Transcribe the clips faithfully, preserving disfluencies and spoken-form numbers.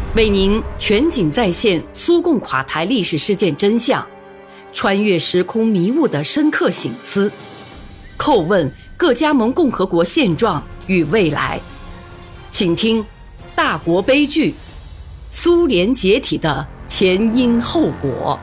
为您全景再现苏共垮台历史事件真相，穿越时空迷雾的深刻省思，叩问各加盟共和国现状与未来。请听大国悲剧，苏联解体的前因后果。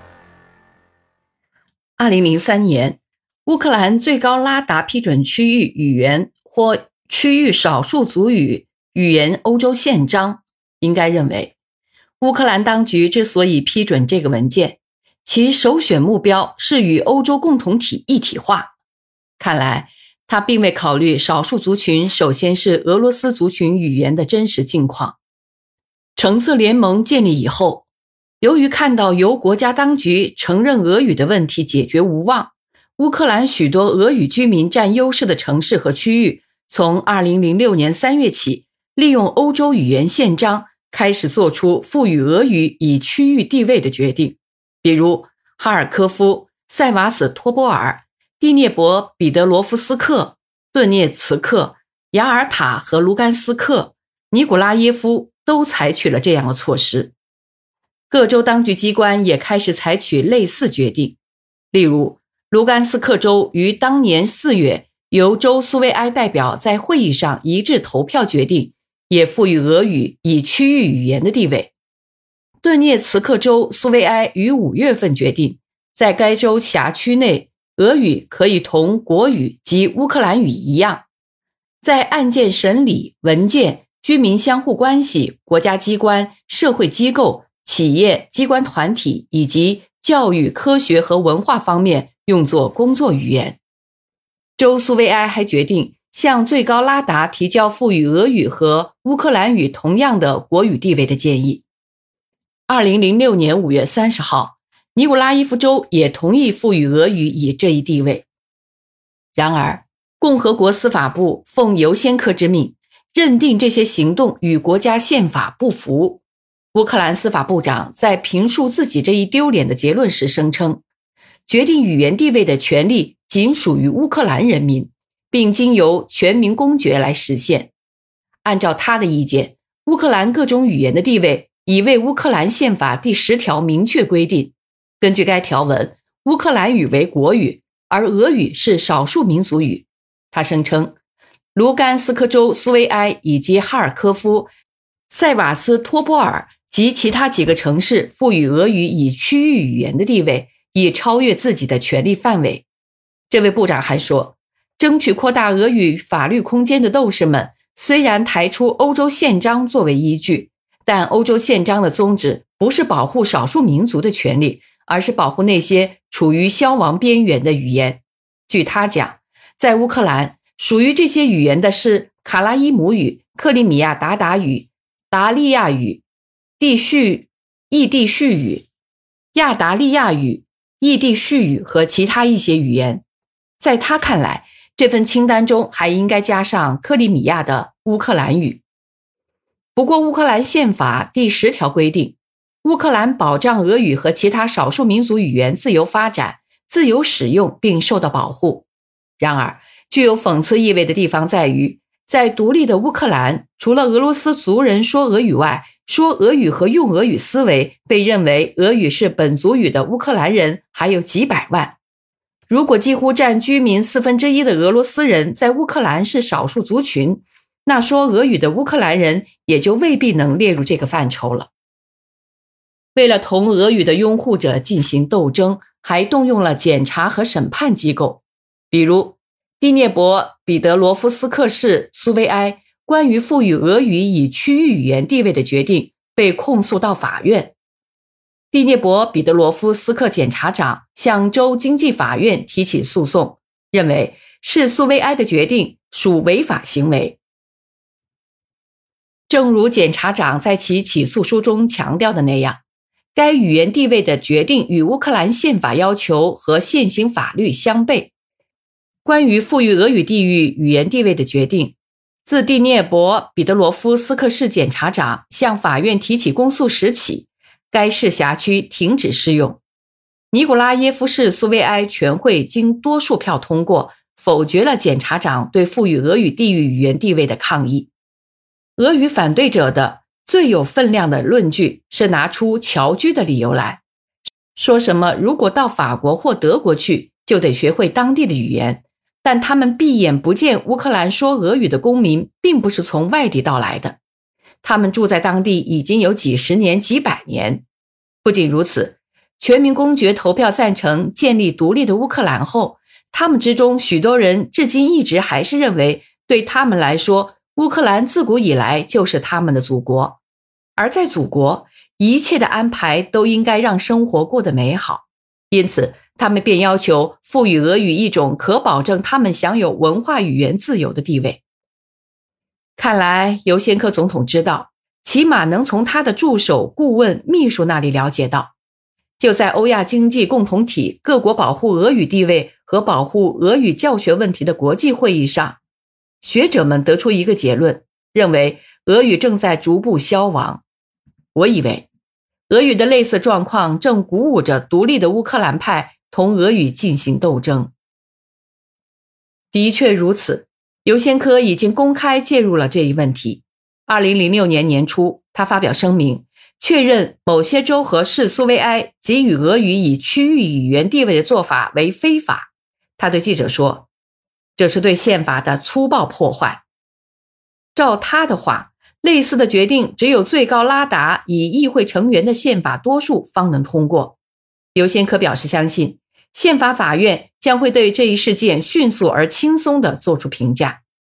二零零三年，乌克兰最高拉达批准区域语言或区域少数族语语言欧洲宪章。应该认为，乌克兰当局之所以批准这个文件，其首选目标是与欧洲共同体一体化。看来，他并未考虑少数族群首先是俄罗斯族群语言的真实境况。橙色联盟建立以后，由于看到由国家当局承认俄语的问题解决无望，乌克兰许多俄语居民占优势的城市和区域，从二零零六年三月起，利用欧洲语言宪章开始做出赋予俄语以区域地位的决定，比如哈尔科夫、塞瓦斯托波尔、第聂伯彼得罗夫斯克、顿涅茨克、雅尔塔和卢甘斯克、尼古拉耶夫都采取了这样的措施。各州当局机关也开始采取类似决定，例如卢甘斯克州于当年四月由州苏维埃代表在会议上一致投票决定，也赋予俄语以区域语言的地位。顿涅茨克州苏维埃于五月份决定，在该州辖区内，俄语可以同国语及乌克兰语一样，在案件审理、文件、居民相互关系、国家机关、社会机构、企业、机关团体以及教育、科学和文化方面用作工作语言。州苏维埃还决定向最高拉达提交赋予俄语和乌克兰语同样的国语地位的建议。二零零六年五月三十号，尼古拉耶夫州也同意赋予俄语以这一地位。然而，共和国司法部奉尤先科之命，认定这些行动与国家宪法不符。乌克兰司法部长在评述自己这一丢脸的结论时声称，决定语言地位的权利仅属于乌克兰人民，并经由全民公决来实现。按照他的意见，乌克兰各种语言的地位已为乌克兰宪法第十条明确规定。根据该条文，乌克兰语为国语，而俄语是少数民族语。他声称，卢甘斯克州苏维埃以及哈尔科夫、塞瓦斯托波尔及其他几个城市赋予俄语以区域语言的地位，已超越自己的权力范围。这位部长还说，争取扩大俄语法律空间的斗士们虽然抬出欧洲宪章作为依据，但欧洲宪章的宗旨不是保护少数民族的权利，而是保护那些处于消亡边缘的语言。据他讲，在乌克兰，属于这些语言的是卡拉伊姆语、克里米亚鞑靼语、达利亚语、地叙异地叙语、亚达利亚语、异地叙语和其他一些语言。在他看来，这份清单中还应该加上克里米亚的乌克兰语。不过，乌克兰宪法第十条规定，乌克兰保障俄语和其他少数民族语言自由发展、自由使用并受到保护。然而，具有讽刺意味的地方在于，在独立的乌克兰，除了俄罗斯族人说俄语外，说俄语和用俄语思维被认为俄语是本族语的乌克兰人还有几百万。如果几乎占居民四分之一的俄罗斯人在乌克兰是少数族群，那说俄语的乌克兰人也就未必能列入这个范畴了。为了同俄语的拥护者进行斗争，还动用了检察和审判机构，比如第聂伯彼得罗夫斯克市苏维埃关于赋予俄语以区域语言地位的决定被控诉到法院。第聂伯彼得罗夫斯克检察长向州经济法院提起诉讼，认为是苏维埃的决定属违法行为。正如检察长在其起诉书中强调的那样，该语言地位的决定与乌克兰宪法要求和现行法律相悖。关于赋予俄语地域语言地位的决定，自第聂伯彼得罗夫斯克市检察长向法院提起公诉时起，该市辖区停止适用。尼古拉耶夫市苏维埃全会经多数票通过，否决了检察长对赋予俄语地域语言地位的抗议。俄语反对者的最有分量的论据是拿出侨居的理由来，说什么如果到法国或德国去，就得学会当地的语言，但他们闭眼不见乌克兰说俄语的公民并不是从外地到来的，他们住在当地已经有几十年、几百年。不仅如此，全民公决投票赞成建立独立的乌克兰后，他们之中许多人至今一直还是认为，对他们来说，乌克兰自古以来就是他们的祖国，而在祖国，一切的安排都应该让生活过得美好，因此他们便要求赋予俄语一种可保证他们享有文化语言自由的地位。看来尤先科总统知道，起码能从他的助手、顾问、秘书那里了解到，就在欧亚经济共同体各国保护俄语地位和保护俄语教学问题的国际会议上，学者们得出一个结论，认为俄语正在逐步消亡。我以为俄语的类似状况正鼓舞着独立的乌克兰派同俄语进行斗争。的确如此，尤先科已经公开介入了这一问题。二零零六年年初，他发表声明，确认某些州和市苏维埃给予俄语以区域语言地位的做法为非法。他对记者说，这是对宪法的粗暴破坏。照他的话，类似的决定只有最高拉达以议会成员的宪法多数方能通过。尤先科表示相信，宪法法院将会对这一事件迅速而轻松地做出评价。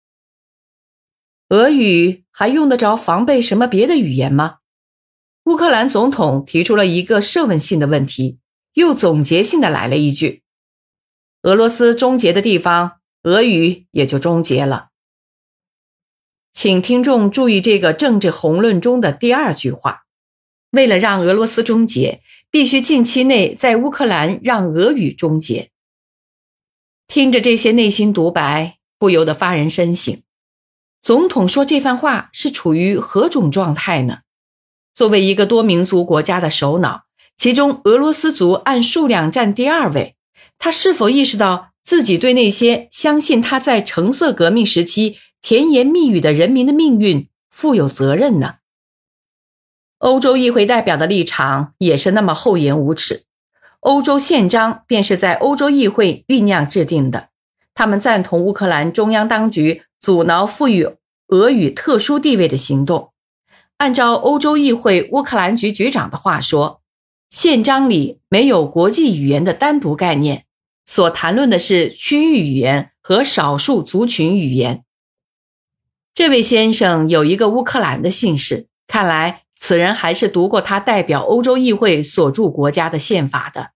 俄语还用得着防备什么别的语言吗？乌克兰总统提出了一个设问性的问题，又总结性的来了一句，俄罗斯终结的地方，俄语也就终结了。请听众注意这个政治宏论中的第二句话，为了让俄罗斯终结，必须近期内在乌克兰让俄语终结。听着这些内心独白，不由得发人深省。总统说这番话是处于何种状态呢？作为一个多民族国家的首脑，其中俄罗斯族按数量占第二位，他是否意识到自己对那些相信他在橙色革命时期甜言蜜语的人民的命运负有责任呢？欧洲议会代表的立场也是那么厚颜无耻。欧洲宪章便是在欧洲议会酝酿制定的，他们赞同乌克兰中央当局阻挠赋予俄语特殊地位的行动。按照欧洲议会乌克兰局局长的话说，宪章里没有国际语言的单独概念，所谈论的是区域语言和少数族群语言。这位先生有一个乌克兰的姓氏，看来此人还是读过他代表欧洲议会所著国家的宪法的。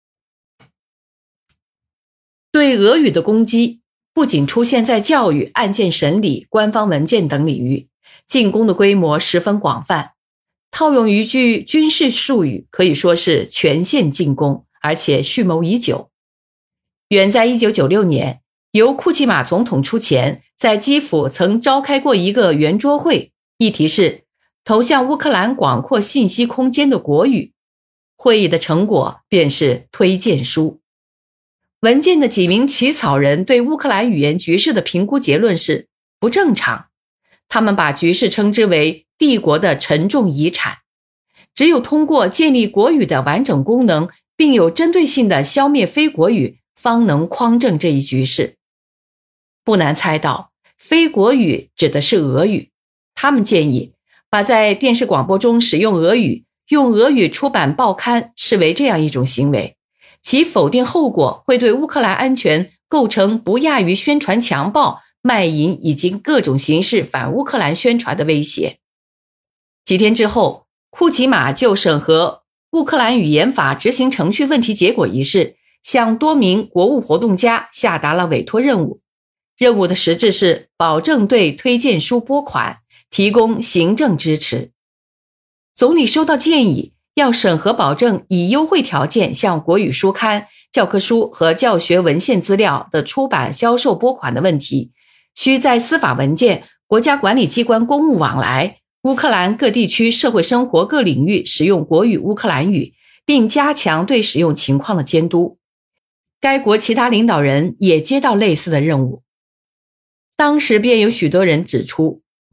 对俄语的攻击不仅出现在教育、案件审理、官方文件等领域，进攻的规模十分广泛。套用一句军事术语，可以说是全线进攻，而且蓄谋已久。远在一九九六年，由库奇马总统出钱，在基辅曾召开过一个圆桌会，议题是投向乌克兰广阔信息空间的国语。会议的成果便是推荐书。文件的几名起草人对乌克兰语言局势的评估结论是不正常，他们把局势称之为帝国的沉重遗产。只有通过建立国语的完整功能，并有针对性的消灭非国语，方能匡正这一局势。不难猜到，非国语指的是俄语。他们建议把在电视广播中使用俄语、用俄语出版报刊视为这样一种行为，其否定后果会对乌克兰安全构成不亚于宣传强暴、卖淫以及各种形式反乌克兰宣传的威胁。几天之后，库奇马就审核乌克兰语言法执行程序问题结果一事，向多名国务活动家下达了委托任务。任务的实质是保证对推荐书拨款，提供行政支持。总理收到建议，要审核保证以优惠条件向国语书刊、教科书和教学文献资料的出版销售拨款的问题，需在司法文件、国家管理机关公务往来、乌克兰各地区社会生活各领域使用国语乌克兰语，并加强对使用情况的监督。该国其他领导人也接到类似的任务。当时便有许多人指出，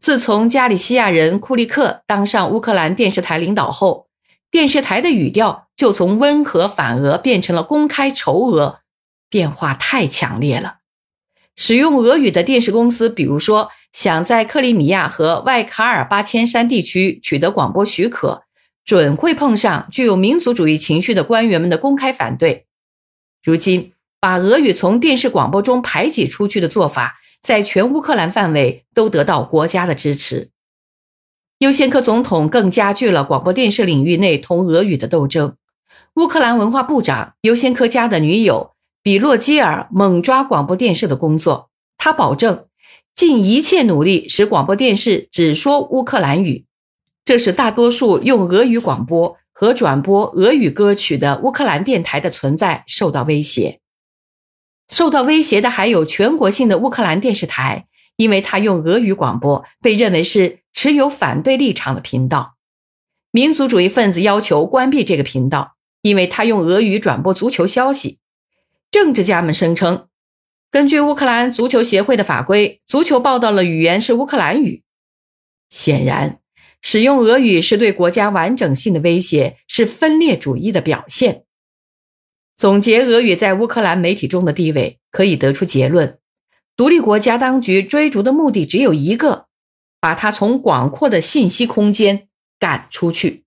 自从加里西亚人库利克当上乌克兰电视台领导后，电视台的语调就从温和反俄变成了公开仇俄，变化太强烈了。使用俄语的电视公司，比如说想在克里米亚和外卡尔巴阡山地区取得广播许可，准会碰上具有民族主义情绪的官员们的公开反对。如今把俄语从电视广播中排挤出去的做法，在全乌克兰范围都得到国家的支持。尤先科总统更加剧了广播电视领域内同俄语的斗争。乌克兰文化部长尤先科家的女友比洛基尔猛抓广播电视的工作，他保证尽一切努力使广播电视只说乌克兰语，这使大多数用俄语广播和转播俄语歌曲的乌克兰电台的存在受到威胁。受到威胁的还有全国性的乌克兰电视台，因为它用俄语广播被认为是持有反对立场的频道。民族主义分子要求关闭这个频道，因为它用俄语转播足球消息。政治家们声称，根据乌克兰足球协会的法规，足球报道的语言是乌克兰语。显然，使用俄语是对国家完整性的威胁，是分裂主义的表现。总结俄语在乌克兰媒体中的地位，可以得出结论：独立国家当局追逐的目的只有一个，把它从广阔的信息空间赶出去。